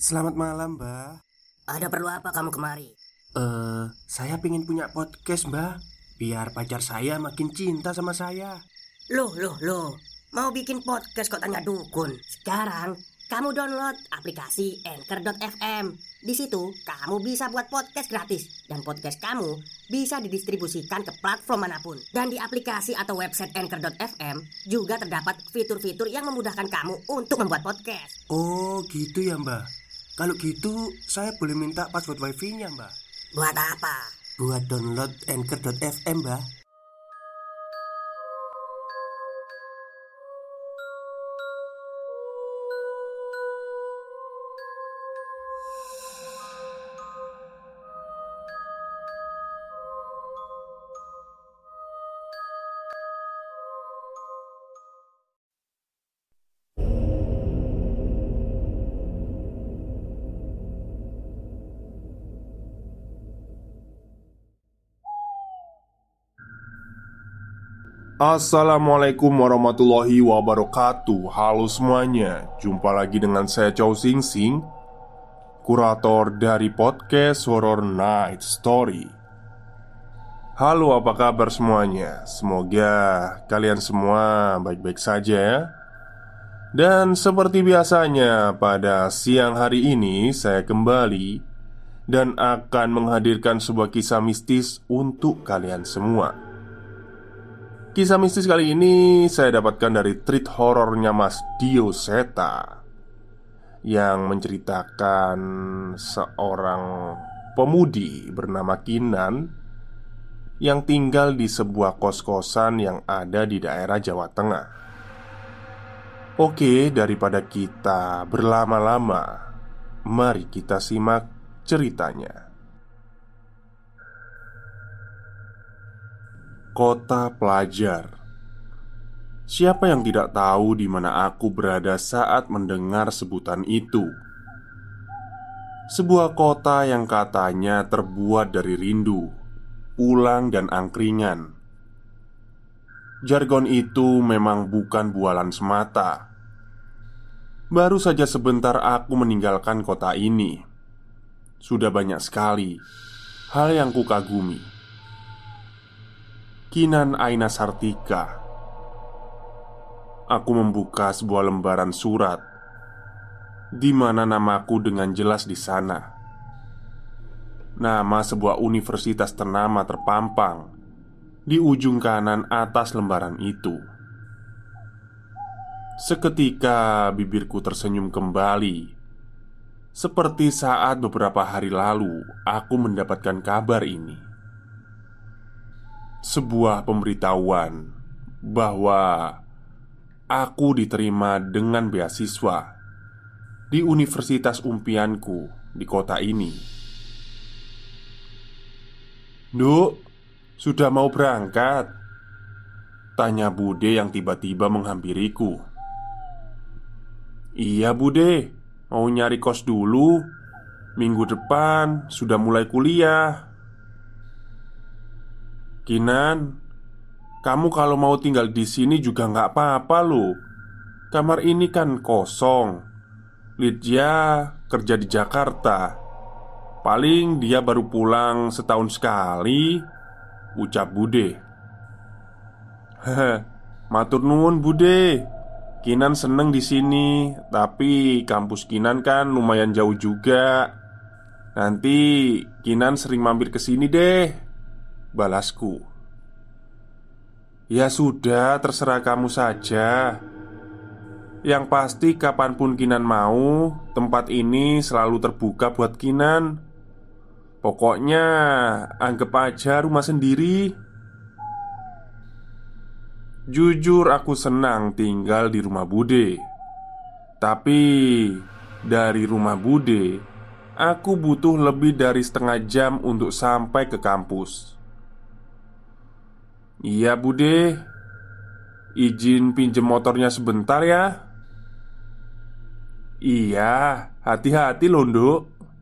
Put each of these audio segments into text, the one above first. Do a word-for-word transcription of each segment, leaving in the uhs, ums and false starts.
Selamat malam, Mbak. Ada perlu apa kamu kemari? Eh, saya pengen punya podcast, Mbak. Biar pacar saya makin cinta sama saya. Loh, loh, loh. Mau bikin podcast kok tanya dukun? Sekarang kamu download aplikasi Anchor dot f m. Di situ kamu bisa buat podcast gratis dan podcast kamu bisa didistribusikan ke platform manapun. Dan di aplikasi atau website Anchor dot f m juga terdapat fitur-fitur yang memudahkan kamu untuk membuat podcast. Oh, gitu ya, Mbak. Kalau gitu, saya boleh minta password wifi-nya, Mbak. Buat apa? Buat download Anchor dot f m, Mbak. Assalamualaikum warahmatullahi wabarakatuh. Halo semuanya, jumpa lagi dengan saya Chow Sing Sing, kurator dari podcast Horror Night Story. Halo, apa kabar semuanya? Semoga kalian semua baik-baik saja ya. Dan seperti biasanya, pada siang hari ini saya kembali dan akan menghadirkan sebuah kisah mistis untuk kalian semua. Kisah mistis kali ini saya dapatkan dari treat horornya Mas Dio Seta, yang menceritakan seorang pemudi bernama Kinan yang tinggal di sebuah kos-kosan yang ada di daerah Jawa Tengah. Oke, daripada kita berlama-lama, mari kita simak ceritanya. Kota pelajar. Siapa yang tidak tahu di mana aku berada saat mendengar sebutan itu? Sebuah kota yang katanya terbuat dari rindu, pulang dan angkringan. Jargon itu memang bukan bualan semata. Baru saja sebentar aku meninggalkan kota ini, sudah banyak sekali hal yang kukagumi. Kinan Aina Sartika. Aku membuka sebuah lembaran surat di mana namaku dengan jelas di sana. Nama sebuah universitas ternama terpampang di ujung kanan atas lembaran itu. Seketika bibirku tersenyum kembali, seperti saat beberapa hari lalu aku mendapatkan kabar ini. Sebuah pemberitahuan bahwa aku diterima dengan beasiswa di universitas impianku di kota ini. "Nduk, sudah mau berangkat?" tanya Bude yang tiba-tiba menghampiriku. "Iya Bude, mau nyari kos dulu. Minggu depan sudah mulai kuliah." "Kinan, kamu kalau mau tinggal di sini juga nggak apa-apa loh. Kamar ini kan kosong. Lydia kerja di Jakarta. Paling dia baru pulang setahun sekali," ucap Bude. "Hehe, matur nuwun Bude. Kinan seneng di sini, tapi kampus Kinan kan lumayan jauh juga. Nanti Kinan sering mampir ke sini deh," balasku. "Ya sudah, terserah kamu saja. Yang pasti kapanpun Kinan mau, tempat ini selalu terbuka buat Kinan. Pokoknya anggap aja rumah sendiri." Jujur aku senang tinggal di rumah Bude. Tapi dari rumah Bude, aku butuh lebih dari setengah jam untuk sampai ke kampus. "Iya Bude, izin pinjem motornya sebentar ya." "Iya, hati-hati loh Nduk."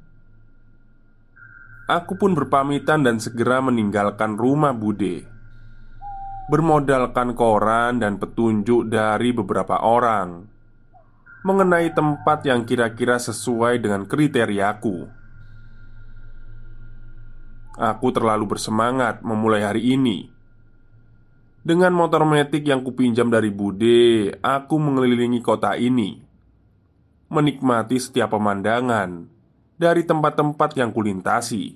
Aku pun berpamitan dan segera meninggalkan rumah Bude, bermodalkan koran dan petunjuk dari beberapa orang. mengenai tempat yang kira-kira sesuai dengan kriteriaku. Aku terlalu bersemangat memulai hari ini. Dengan motor metik yang kupinjam dari Bude, aku mengelilingi kota ini, menikmati setiap pemandangan dari tempat-tempat yang kulintasi.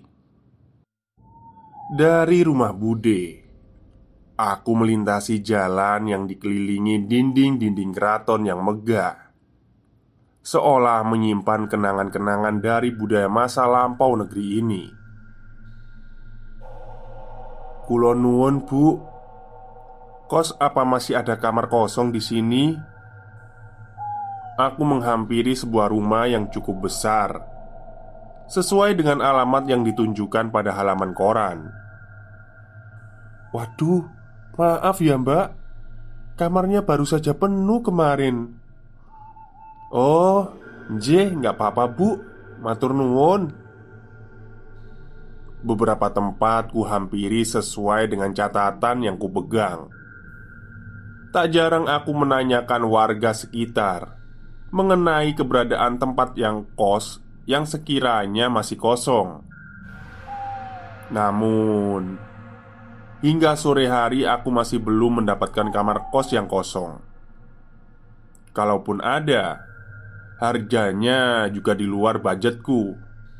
Dari rumah Bude, aku melintasi jalan yang dikelilingi dinding-dinding keraton yang megah, seolah menyimpan kenangan-kenangan dari budaya masa lampau negeri ini. Kulo nuwun, Bu. Kos apa masih ada kamar kosong di sini? Aku menghampiri sebuah rumah yang cukup besar, sesuai dengan alamat yang ditunjukkan pada halaman koran. Waduh, maaf ya Mbak, kamarnya baru saja penuh kemarin. Oh, nggih, nggak apa-apa Bu, matur nuwun. Beberapa tempat ku hampiri sesuai dengan catatan yang ku pegang. Tak jarang aku menanyakan warga sekitar mengenai keberadaan tempat yang kos yang sekiranya masih kosong. Namun, hingga sore hari aku masih belum mendapatkan kamar kos yang kosong. Kalaupun ada, harganya juga di luar budgetku.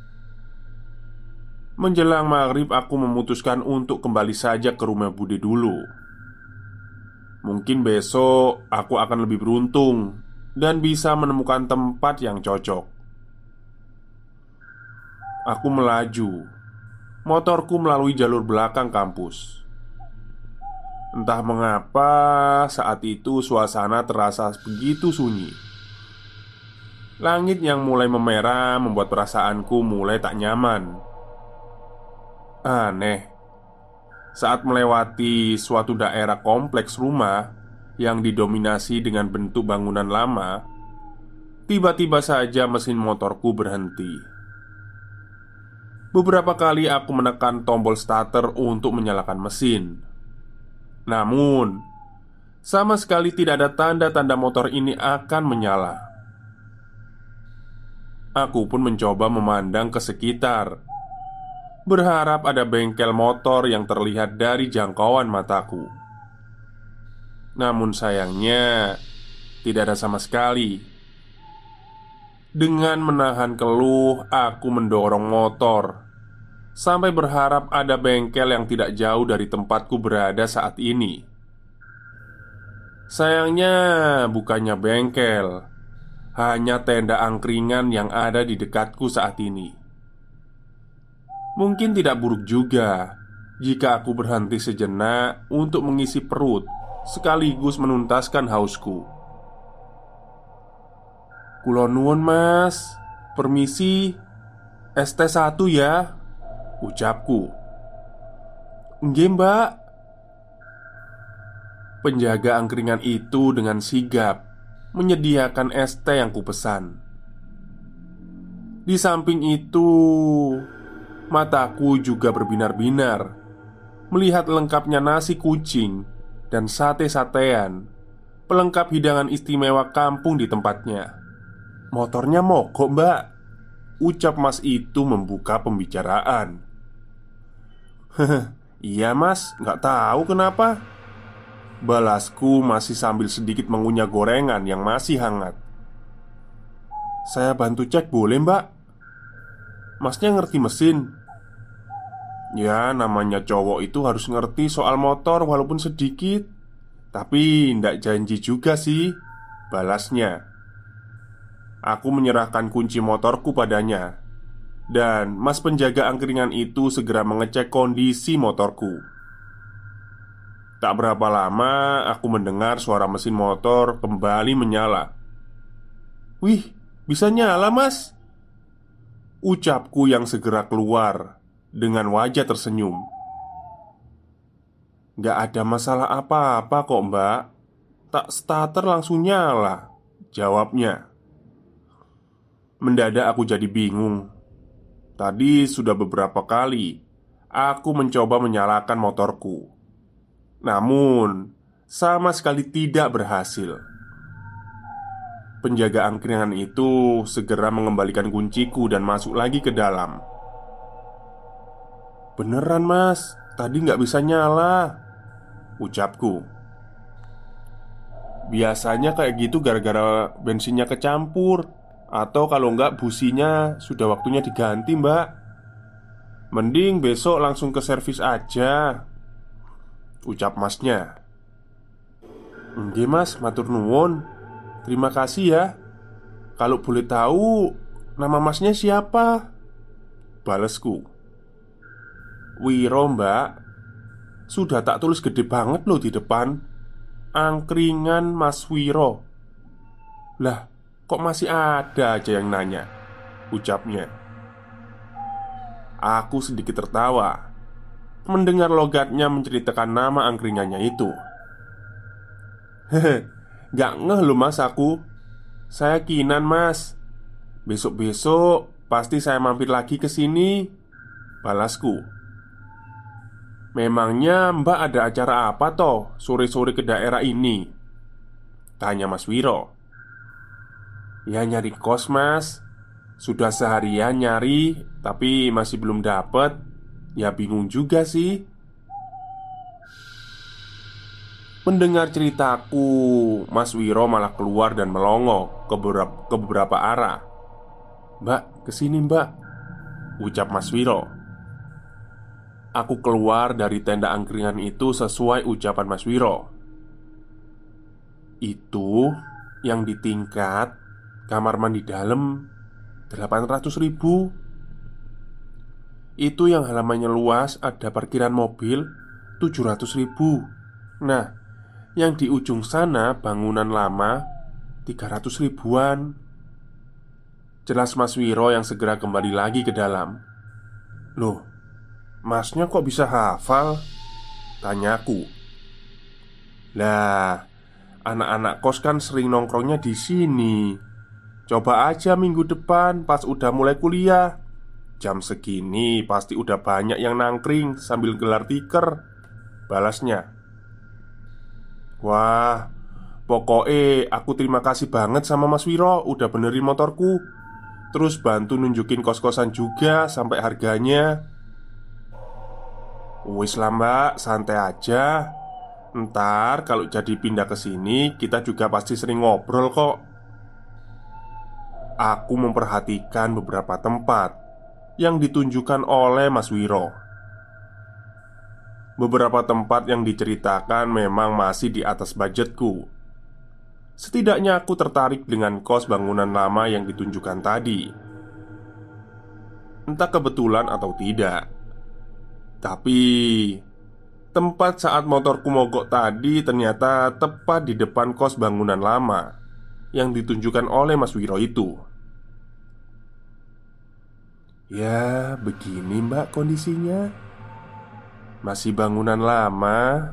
Menjelang maghrib aku memutuskan untuk kembali saja ke rumah Bude dulu. Mungkin besok aku akan lebih beruntung dan bisa menemukan tempat yang cocok. Aku melaju. Motorku melalui jalur belakang kampus. Entah mengapa saat itu suasana terasa begitu sunyi. Langit yang mulai memerah membuat perasaanku mulai tak nyaman. Aneh. Saat melewati suatu daerah kompleks rumah yang didominasi dengan bentuk bangunan lama, tiba-tiba saja mesin motorku berhenti. Beberapa kali aku menekan tombol starter untuk menyalakan mesin. Namun, sama sekali tidak ada tanda-tanda motor ini akan menyala. Aku pun mencoba memandang ke sekitar, berharap ada bengkel motor yang terlihat dari jangkauan mataku. Namun sayangnya, tidak ada sama sekali. Dengan menahan keluh, aku mendorong motor sampai berharap ada bengkel yang tidak jauh dari tempatku berada saat ini. Sayangnya, bukannya bengkel, hanya tenda angkringan yang ada di dekatku saat ini. Mungkin tidak buruk juga jika aku berhenti sejenak untuk mengisi perut sekaligus menuntaskan hausku. Kulo nuwun mas, permisi, es teh satu ya, ucapku. Nggih mbak. Penjaga angkringan itu dengan sigap menyediakan es teh yang kupesan. Di samping itu, mataku juga berbinar-binar melihat lengkapnya nasi kucing dan sate-satean, pelengkap hidangan istimewa kampung di tempatnya. Motornya mogok mbak, ucap mas itu membuka pembicaraan. Hehe, iya mas, nggak tahu kenapa, balasku masih sambil sedikit mengunyah gorengan yang masih hangat. Saya bantu cek boleh mbak? Masnya ngerti mesin? Ya namanya cowok itu harus ngerti soal motor walaupun sedikit. Tapi ndak janji juga sih, balasnya. Aku menyerahkan kunci motorku padanya, dan mas penjaga angkringan itu segera mengecek kondisi motorku. Tak berapa lama aku mendengar suara mesin motor kembali menyala. Wih, bisa nyala mas, ucapku yang segera keluar dengan wajah tersenyum. Gak ada masalah apa-apa kok mbak, tak starter langsung nyala, jawabnya. Mendadak aku jadi bingung. Tadi sudah beberapa kali aku mencoba menyalakan motorku, namun sama sekali tidak berhasil. Penjaga angkringan itu segera mengembalikan kunciku dan masuk lagi ke dalam. "Beneran mas, tadi nggak bisa nyala," ucapku. "Biasanya kayak gitu gara-gara bensinnya kecampur, atau kalau nggak businya sudah waktunya diganti mbak. Mending besok langsung ke servis aja," ucap masnya. "Nggih mas, matur nuwun. Terima kasih ya. Kalau boleh tahu, nama masnya siapa?" balesku. "Wiro mbak. Sudah tak tulis gede banget loh di depan, angkringan Mas Wiro." "Lah, kok masih ada aja yang nanya?" ucapnya. Aku sedikit tertawa mendengar logatnya menceritakan nama angkringannya itu. "Hehe, gak ngeh loh mas aku. Saya Kinan mas. Besok-besok pasti saya mampir lagi ke sini," balasku. "Memangnya mbak ada acara apa toh sore-sore ke daerah ini?" tanya Mas Wiro. "Ya nyari kos mas. Sudah seharian nyari tapi masih belum dapet. Ya bingung juga sih." Mendengar ceritaku, Mas Wiro malah keluar dan melongo ke beberapa, ke beberapa arah. "Mbak, kesini mbak," ucap Mas Wiro. Aku keluar dari tenda angkringan itu sesuai ucapan Mas Wiro. Itu yang di tingkat kamar mandi dalam delapan ratus ribu. Itu yang halamannya luas, ada parkiran mobil tujuh ratus ribu. Nah, yang di ujung sana bangunan lama tiga ratus ribuan. Jelas Mas Wiro yang segera kembali lagi ke dalam. "Loh, masnya kok bisa hafal?" tanyaku. "Lah, anak-anak kos kan sering nongkrongnya di sini. Coba aja minggu depan pas udah mulai kuliah. Jam segini pasti udah banyak yang nangkring sambil gelar tikar," balasnya. "Wah, pokoknya aku terima kasih banget sama Mas Wiro udah benerin motorku. Terus bantu nunjukin kos-kosan juga sampai harganya." "Wis lah mbak, santai aja. Ntar kalau jadi pindah ke sini kita juga pasti sering ngobrol kok." Aku memperhatikan beberapa tempat yang ditunjukkan oleh Mas Wiro. Beberapa tempat yang diceritakan memang masih di atas budgetku. Setidaknya aku tertarik dengan kos bangunan lama yang ditunjukkan tadi. Entah kebetulan atau tidak, tapi tempat saat motorku mogok tadi ternyata tepat di depan kos bangunan lama yang ditunjukkan oleh Mas Wiro itu. Ya, begini mbak kondisinya. Masih bangunan lama.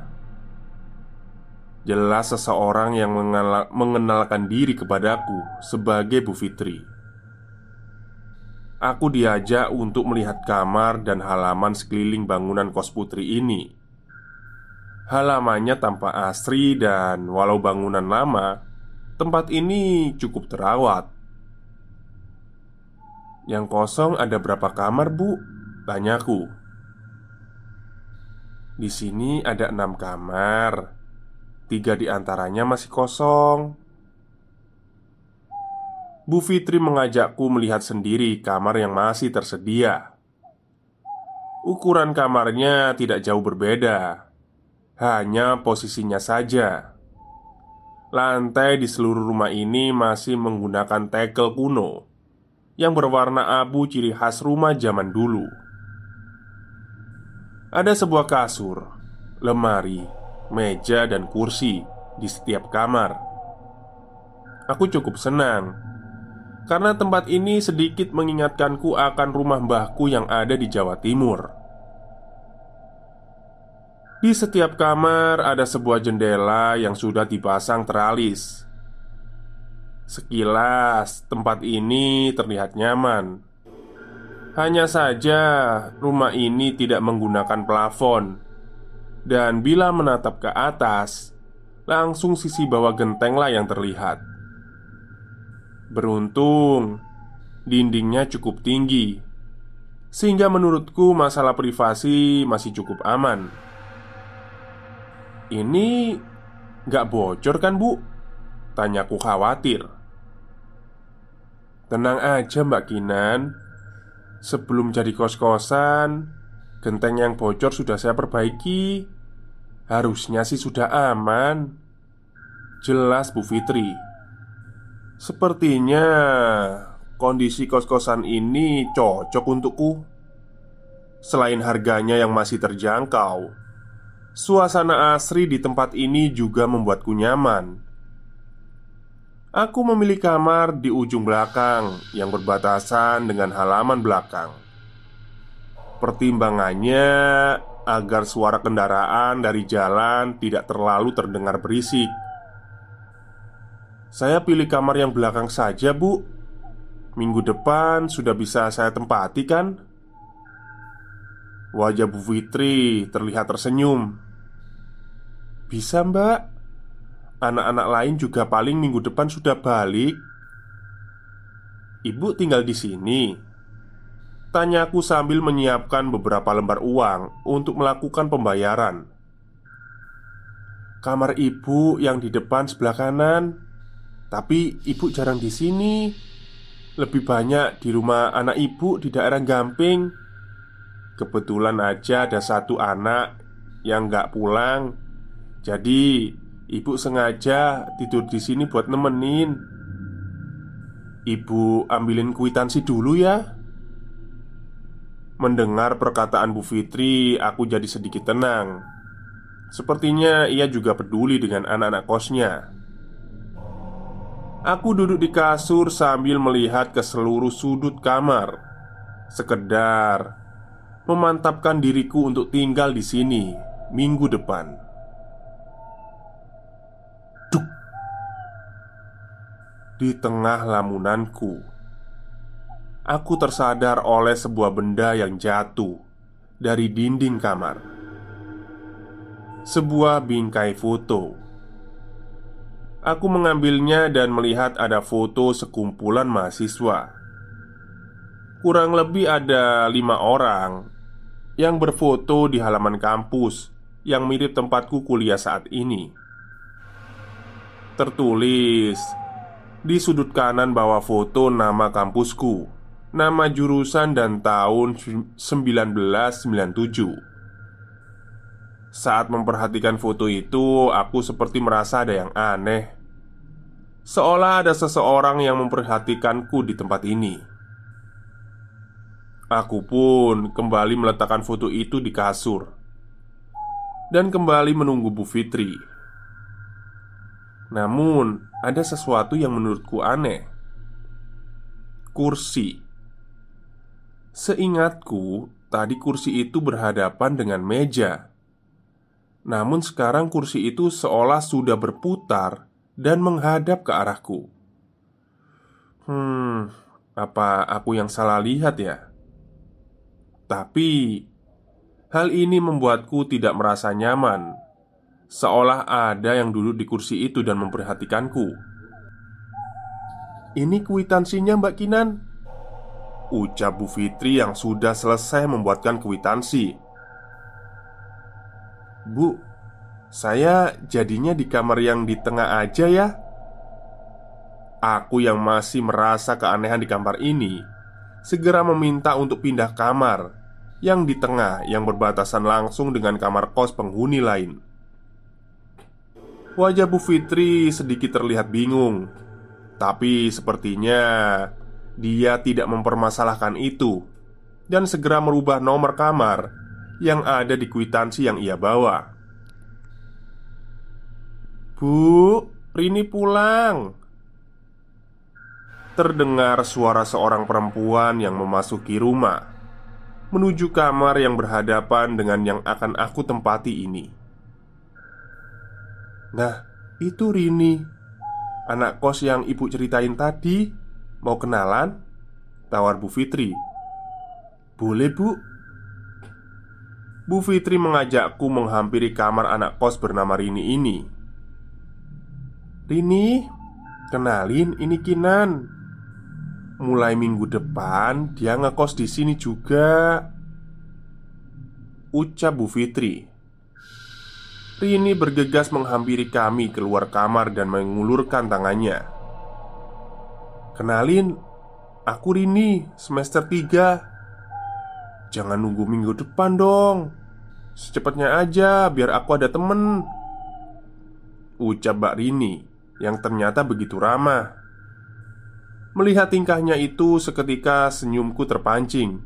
Jelas seseorang yang mengala- mengenalkan diri kepadaku sebagai Bu Fitri. Aku diajak untuk melihat kamar dan halaman sekeliling bangunan kos putri ini. Halamannya tampak asri dan walau bangunan lama, tempat ini cukup terawat. "Yang kosong ada berapa kamar bu?" tanyaku. "Di sini ada enam kamar. Tiga di antaranya masih kosong." Bu Fitri mengajakku melihat sendiri kamar yang masih tersedia. Ukuran kamarnya tidak jauh berbeda, hanya posisinya saja. Lantai di seluruh rumah ini masih menggunakan tegel kuno yang berwarna abu ciri khas rumah zaman dulu. Ada sebuah kasur, lemari, meja, dan kursi di setiap kamar. Aku cukup senang karena tempat ini sedikit mengingatkanku akan rumah mbahku yang ada di Jawa Timur. Di setiap kamar ada sebuah jendela yang sudah dipasang teralis. Sekilas tempat ini terlihat nyaman. Hanya saja rumah ini tidak menggunakan plafon. Dan bila menatap ke atas, langsung sisi bawah gentenglah yang terlihat. Beruntung dindingnya cukup tinggi, sehingga menurutku masalah privasi masih cukup aman. "Ini gak bocor kan, Bu?" tanyaku khawatir. "Tenang aja Mbak Kinan. Sebelum jadi kos-kosan, genteng yang bocor sudah saya perbaiki. Harusnya sih sudah aman," jelas Bu Fitri. "Sepertinya kondisi kos-kosan ini cocok untukku. Selain harganya yang masih terjangkau, suasana asri di tempat ini juga membuatku nyaman. Aku memilih kamar di ujung belakang yang berbatasan dengan halaman belakang. Pertimbangannya agar suara kendaraan dari jalan tidak terlalu terdengar berisik. Saya pilih kamar yang belakang saja, Bu. Minggu depan sudah bisa saya tempati kan?" Wajah Bu Fitri terlihat tersenyum. "Bisa Mbak. Anak-anak lain juga paling minggu depan sudah balik." "Ibu tinggal di sini?" tanyaku sambil menyiapkan beberapa lembar uang untuk melakukan pembayaran. "Kamar ibu yang di depan sebelah kanan. Tapi ibu jarang di sini. Lebih banyak di rumah anak ibu di daerah Gamping. Kebetulan aja ada satu anak yang gak pulang. Jadi ibu sengaja tidur di sini buat nemenin. Ibu ambilin kwitansi dulu ya." Mendengar perkataan Bu Fitri, aku jadi sedikit tenang. Sepertinya ia juga peduli dengan anak-anak kosnya. Aku duduk di kasur sambil melihat ke seluruh sudut kamar, sekedar memantapkan diriku untuk tinggal di sini minggu depan. Duk! Di tengah lamunanku, aku tersadar oleh sebuah benda yang jatuh dari dinding kamar. Sebuah bingkai foto. Aku mengambilnya dan melihat ada foto sekumpulan mahasiswa. Kurang lebih ada lima orang yang berfoto di halaman kampus yang mirip tempatku kuliah saat ini. Tertulis di sudut kanan bawah foto nama kampusku, nama jurusan dan tahun seribu sembilan ratus sembilan puluh tujuh. Saat memperhatikan foto itu, aku seperti merasa ada yang aneh. Seolah ada seseorang yang memperhatikanku di tempat ini. Aku pun kembali meletakkan foto itu di kasur dan kembali menunggu Bu Fitri. Namun, ada sesuatu yang menurutku aneh. Kursi. Seingatku, tadi kursi itu berhadapan dengan meja. Namun sekarang kursi itu seolah sudah berputar dan menghadap ke arahku. Hmm, apa aku yang salah lihat ya? Tapi hal ini membuatku tidak merasa nyaman. Seolah ada yang duduk di kursi itu dan memperhatikanku. "Ini kwitansinya Mbak Kinan," ucap Bu Fitri yang sudah selesai membuatkan kwitansi. "Bu, saya jadinya di kamar yang di tengah aja ya." Aku yang masih merasa keanehan di kamar ini segera meminta untuk pindah kamar yang di tengah yang berbatasan langsung dengan kamar kos penghuni lain. Wajah Bu Fitri sedikit terlihat bingung, tapi sepertinya dia tidak mempermasalahkan itu dan segera merubah nomor kamar yang ada di kwitansi yang ia bawa. "Bu, Rini pulang." Terdengar suara seorang perempuan yang memasuki rumah menuju kamar yang berhadapan dengan yang akan aku tempati ini. "Nah, itu Rini, anak kos yang ibu ceritain tadi. Mau kenalan?" tawar Bu Fitri. "Boleh Bu." Bu Fitri mengajakku menghampiri kamar anak kos bernama Rini ini. "Rini, kenalin, ini Kinan. mulai minggu depan dia ngekos di sini juga, ucap Bu Fitri. Rini bergegas menghampiri kami keluar kamar dan mengulurkan tangannya. Kenalin, aku Rini, semester tiga. Jangan nunggu minggu depan dong, secepatnya aja biar aku ada temen, ucap Mbak Rini yang ternyata begitu ramah. Melihat tingkahnya itu, seketika senyumku terpancing.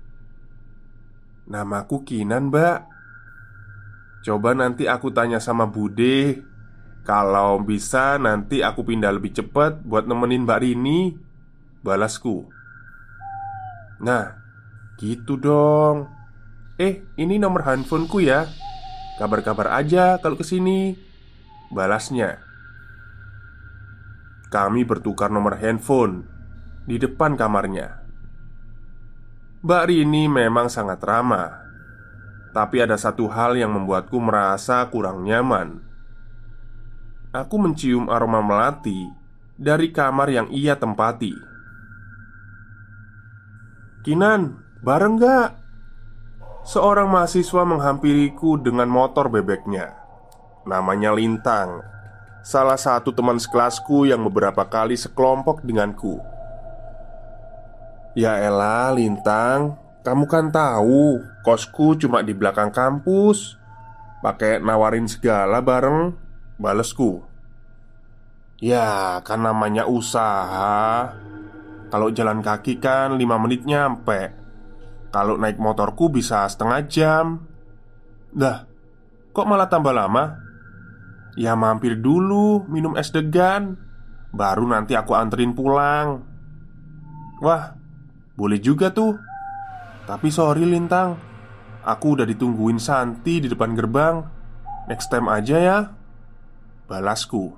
Namaku Kinan, Mbak. Coba nanti aku tanya sama Bude. Kalau bisa nanti aku pindah lebih cepat buat nemenin Mbak Rini, balasku. Nah, gitu dong. Eh, ini nomor handphoneku ya. Kabar-kabar aja kalau kesini, balasnya. Kami bertukar nomor handphone di depan kamarnya. Mbak Rini memang sangat ramah, tapi ada satu hal yang membuatku merasa kurang nyaman. Aku mencium aroma melati dari kamar yang ia tempati. Kinan, bareng gak? Seorang mahasiswa menghampiriku dengan motor bebeknya. Namanya Lintang, salah satu teman sekelasku yang beberapa kali sekelompok denganku. Ya elah Lintang, kamu kan tahu kosku cuma di belakang kampus. Pakai nawarin segala bareng, balesku. Ya kan namanya usaha. Kalau jalan kaki kan lima menit nyampe. Kalau naik motorku bisa setengah jam. Dah, kok malah tambah lama? Ya mampir dulu minum es degan, baru nanti aku anterin pulang. Wah, boleh juga tuh. Tapi sorry Lintang, aku udah ditungguin Santi di depan gerbang. Next time aja ya, balasku.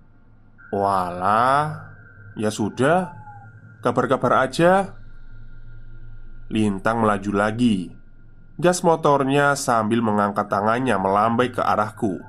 Walah, ya sudah, kabar-kabar aja. Lintang melaju lagi, gas motornya sambil mengangkat tangannya melambai ke arahku.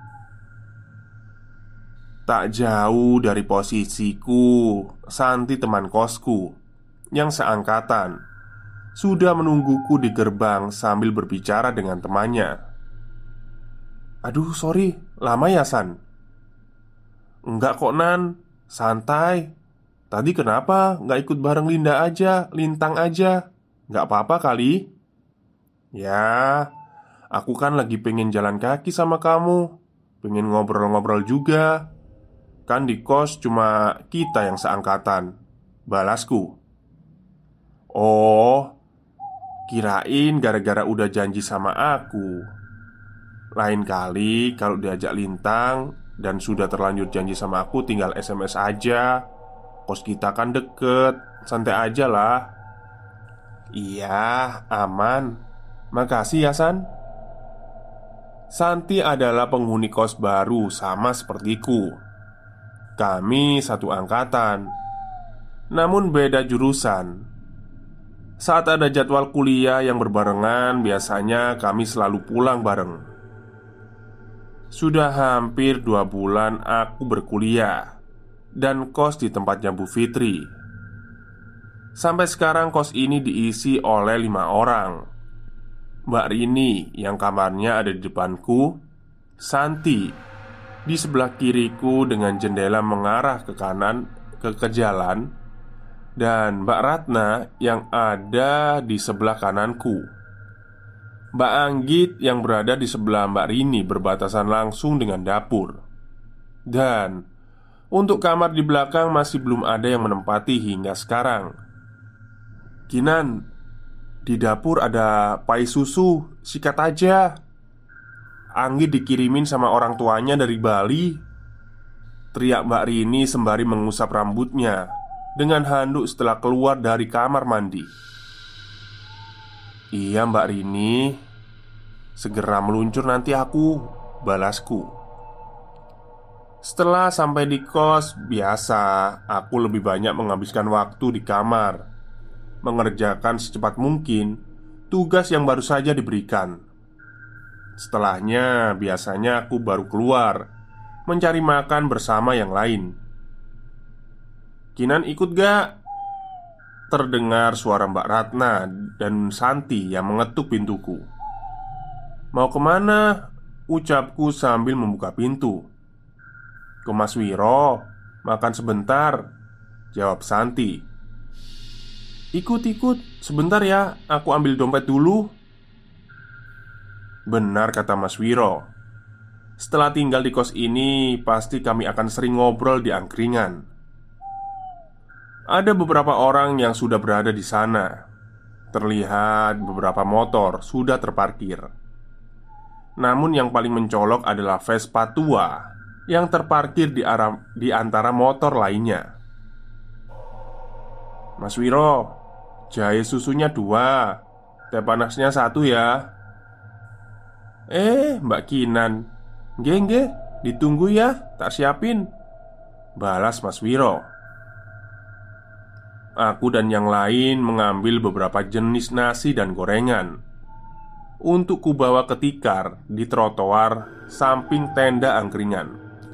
Tak jauh dari posisiku, Santi teman kosku yang seangkatan sudah menungguku di gerbang sambil berbicara dengan temannya. Aduh sorry, lama ya San? Enggak kok Nan, santai. Tadi kenapa nggak ikut bareng Linda aja, Lintang aja? Nggak apa-apa kali? Ya, aku kan lagi pengen jalan kaki sama kamu. Pengen ngobrol-ngobrol juga. Kan di kos cuma kita yang seangkatan, balasku. Oh, kirain gara-gara udah janji sama aku. Lain kali kalau diajak Lintang dan sudah terlanjur janji sama aku, tinggal S M S aja. Kos kita kan deket, santai aja lah. Iya, aman. Makasih ya San. Santi adalah penghuni kos baru sama sepertiku. Kami satu angkatan, namun beda jurusan. Saat ada jadwal kuliah yang berbarengan, biasanya kami selalu pulang bareng. Sudah hampir dua bulan aku berkuliah dan kos di tempatnya Bu Fitri. Sampai sekarang kos ini diisi oleh lima orang. Mbak Rini yang kamarnya ada di depanku, Santi di sebelah kiriku dengan jendela mengarah ke kanan ke, ke jalan, dan Mbak Ratna yang ada di sebelah kananku. Mbak Anggit yang berada di sebelah Mbak Rini berbatasan langsung dengan dapur. Dan untuk kamar di belakang masih belum ada yang menempati hingga sekarang. Kinan, di dapur ada pai susu, sikat aja. Anggit dikirimin sama orang tuanya dari Bali, teriak Mbak Rini sembari mengusap rambutnya dengan handuk setelah keluar dari kamar mandi. Iya Mbak Rini, segera meluncur nanti aku, balasku. Setelah sampai di kos, biasa aku lebih banyak menghabiskan waktu di kamar, mengerjakan secepat mungkin tugas yang baru saja diberikan. Setelahnya biasanya aku baru keluar mencari makan bersama yang lain. Kinan ikut gak? terdengar suara Mbak Ratna dan Santi yang mengetuk pintuku. "Mau kemana?" ucapku sambil membuka pintu. "Ke Mas Wiro, makan sebentar," jawab Santi. "Ikut-ikut, sebentar ya, aku ambil dompet dulu." Benar kata Mas Wiro. Setelah tinggal di kos ini, pasti kami akan sering ngobrol di angkringan. Ada beberapa orang yang sudah berada di sana. Terlihat beberapa motor sudah terparkir. Namun yang paling mencolok adalah Vespa tua yang terparkir di, arah, di antara motor lainnya. "Mas Wiro, jahe susunya dua, teh panasnya satu ya." "Eh, Mbak Kinan, nggih nggih, ditunggu ya, tak siapin," balas Mas Wiro. Aku dan yang lain mengambil beberapa jenis nasi dan gorengan untuk kubawa ke tikar di trotoar samping tenda angkringan.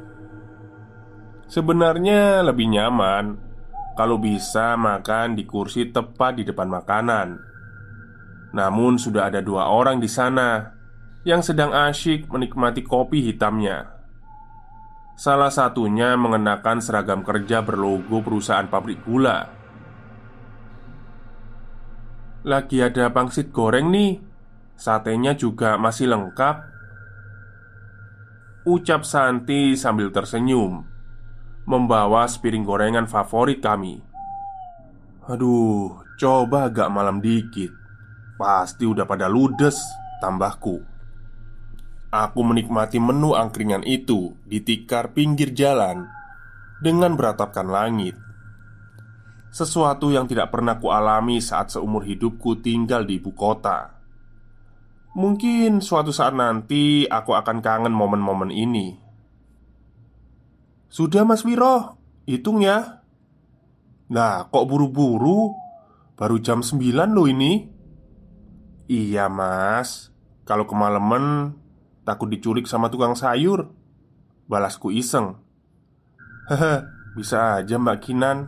Sebenarnya lebih nyaman kalau bisa makan di kursi tepat di depan makanan. Namun sudah ada dua orang di sana yang sedang asyik menikmati kopi hitamnya. Salah satunya mengenakan seragam kerja berlogo perusahaan pabrik gula. "Lagi ada pangsit goreng nih, satenya juga masih lengkap," ucap Santi sambil tersenyum, membawa sepiring gorengan favorit kami. "Aduh, coba agak malam dikit, pasti udah pada ludes," tambahku. Aku menikmati menu angkringan itu di tikar pinggir jalan dengan beratapkan langit. Sesuatu yang tidak pernah kualami saat seumur hidupku tinggal di ibu kota. Mungkin suatu saat nanti aku akan kangen momen-momen ini. "Sudah Mas Wiro, hitung ya." "Nah, kok buru-buru? Baru jam sembilan loh ini." "Iya mas, kalau kemalaman takut diculik sama tukang sayur," balasku iseng. "Hehe, bisa aja Mbak Kinan."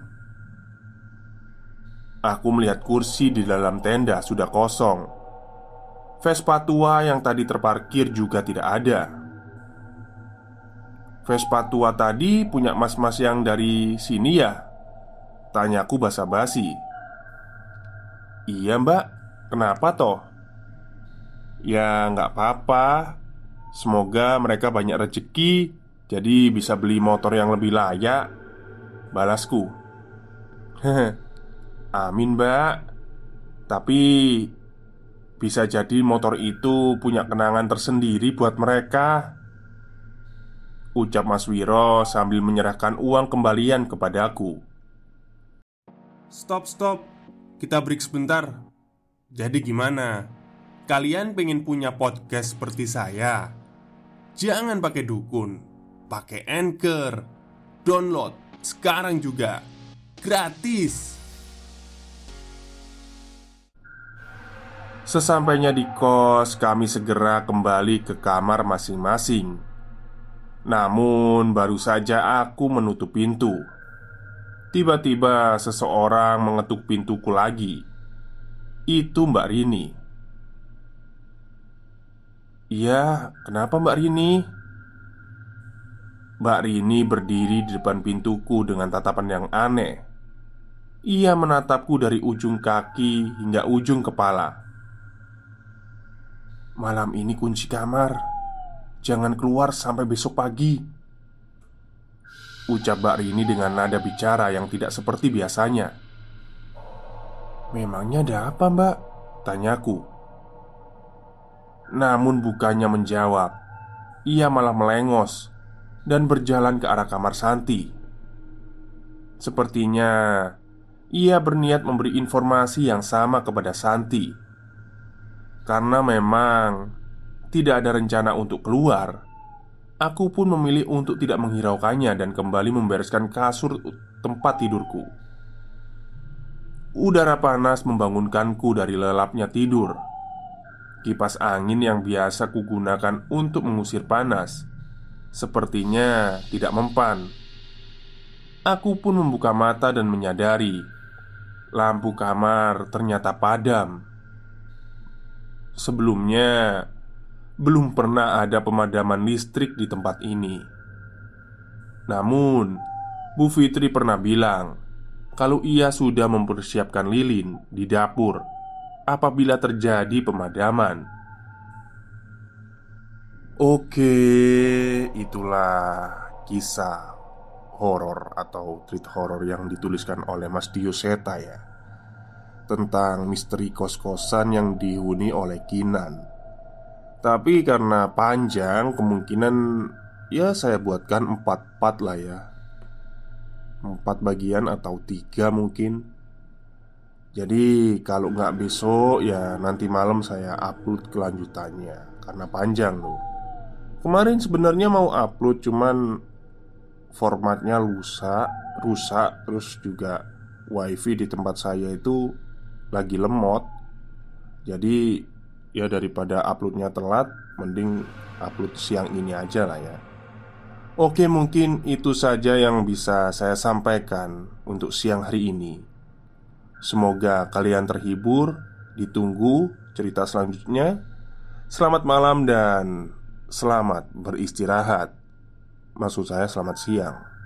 Aku melihat kursi di dalam tenda sudah kosong. Vespa tua yang tadi terparkir juga tidak ada. "Vespa tua tadi punya mas-mas yang dari sini ya?" tanyaku basa-basi. "Iya mbak, kenapa toh?" "Ya nggak apa-apa. Semoga mereka banyak rezeki, jadi bisa beli motor yang lebih layak," balasku. "Hehe, amin mbak. Tapi bisa jadi motor itu punya kenangan tersendiri buat mereka," ucap Mas Wiro sambil menyerahkan uang kembalian kepadaku. Stop, stop. Kita break sebentar. Jadi gimana? Kalian pengen punya podcast seperti saya? Jangan pakai dukun, pakai Anchor. Download sekarang juga, gratis. Sesampainya di kos, kami segera kembali ke kamar masing-masing. Namun baru saja aku menutup pintu, tiba-tiba seseorang mengetuk pintuku lagi. Itu Mbak Rini. "Iya, kenapa Mbak Rini?" Mbak Rini berdiri di depan pintuku dengan tatapan yang aneh. Ia menatapku dari ujung kaki hingga ujung kepala. "Malam ini kunci kamar, jangan keluar sampai besok pagi," ucap Mbak Rini dengan nada bicara yang tidak seperti biasanya. "Memangnya ada apa mbak?" tanyaku. Namun bukannya menjawab, ia malah melengos dan berjalan ke arah kamar Santi. Sepertinya ia berniat memberi informasi yang sama kepada Santi. Karena memang tidak ada rencana untuk keluar, aku pun memilih untuk tidak menghiraukannya dan kembali membereskan kasur tempat tidurku. Udara panas membangunkanku dari lelapnya tidur. Kipas angin yang biasa kugunakan untuk mengusir panas sepertinya tidak mempan. Aku pun membuka mata dan menyadari lampu kamar ternyata padam. Sebelumnya belum pernah ada pemadaman listrik di tempat ini. Namun, Bu Fitri pernah bilang kalau ia sudah mempersiapkan lilin di dapur apabila terjadi pemadaman. Oke, itulah kisah horor atau treat horor yang dituliskan oleh Mas Dio Seta ya, tentang misteri kos-kosan yang dihuni oleh Kinan. Tapi karena panjang, kemungkinan ya saya buatkan empat part lah ya, empat bagian atau tiga mungkin. Jadi kalau nggak besok ya nanti malam saya upload kelanjutannya, karena panjang loh. Kemarin sebenarnya mau upload cuman formatnya rusak, rusak terus juga wifi di tempat saya itu lagi lemot. Jadi ya daripada uploadnya telat, mending upload siang ini aja lah ya. Oke, mungkin itu saja yang bisa saya sampaikan untuk siang hari ini. Semoga kalian terhibur. Ditunggu cerita selanjutnya. Selamat malam dan selamat beristirahat. Maksud saya selamat siang.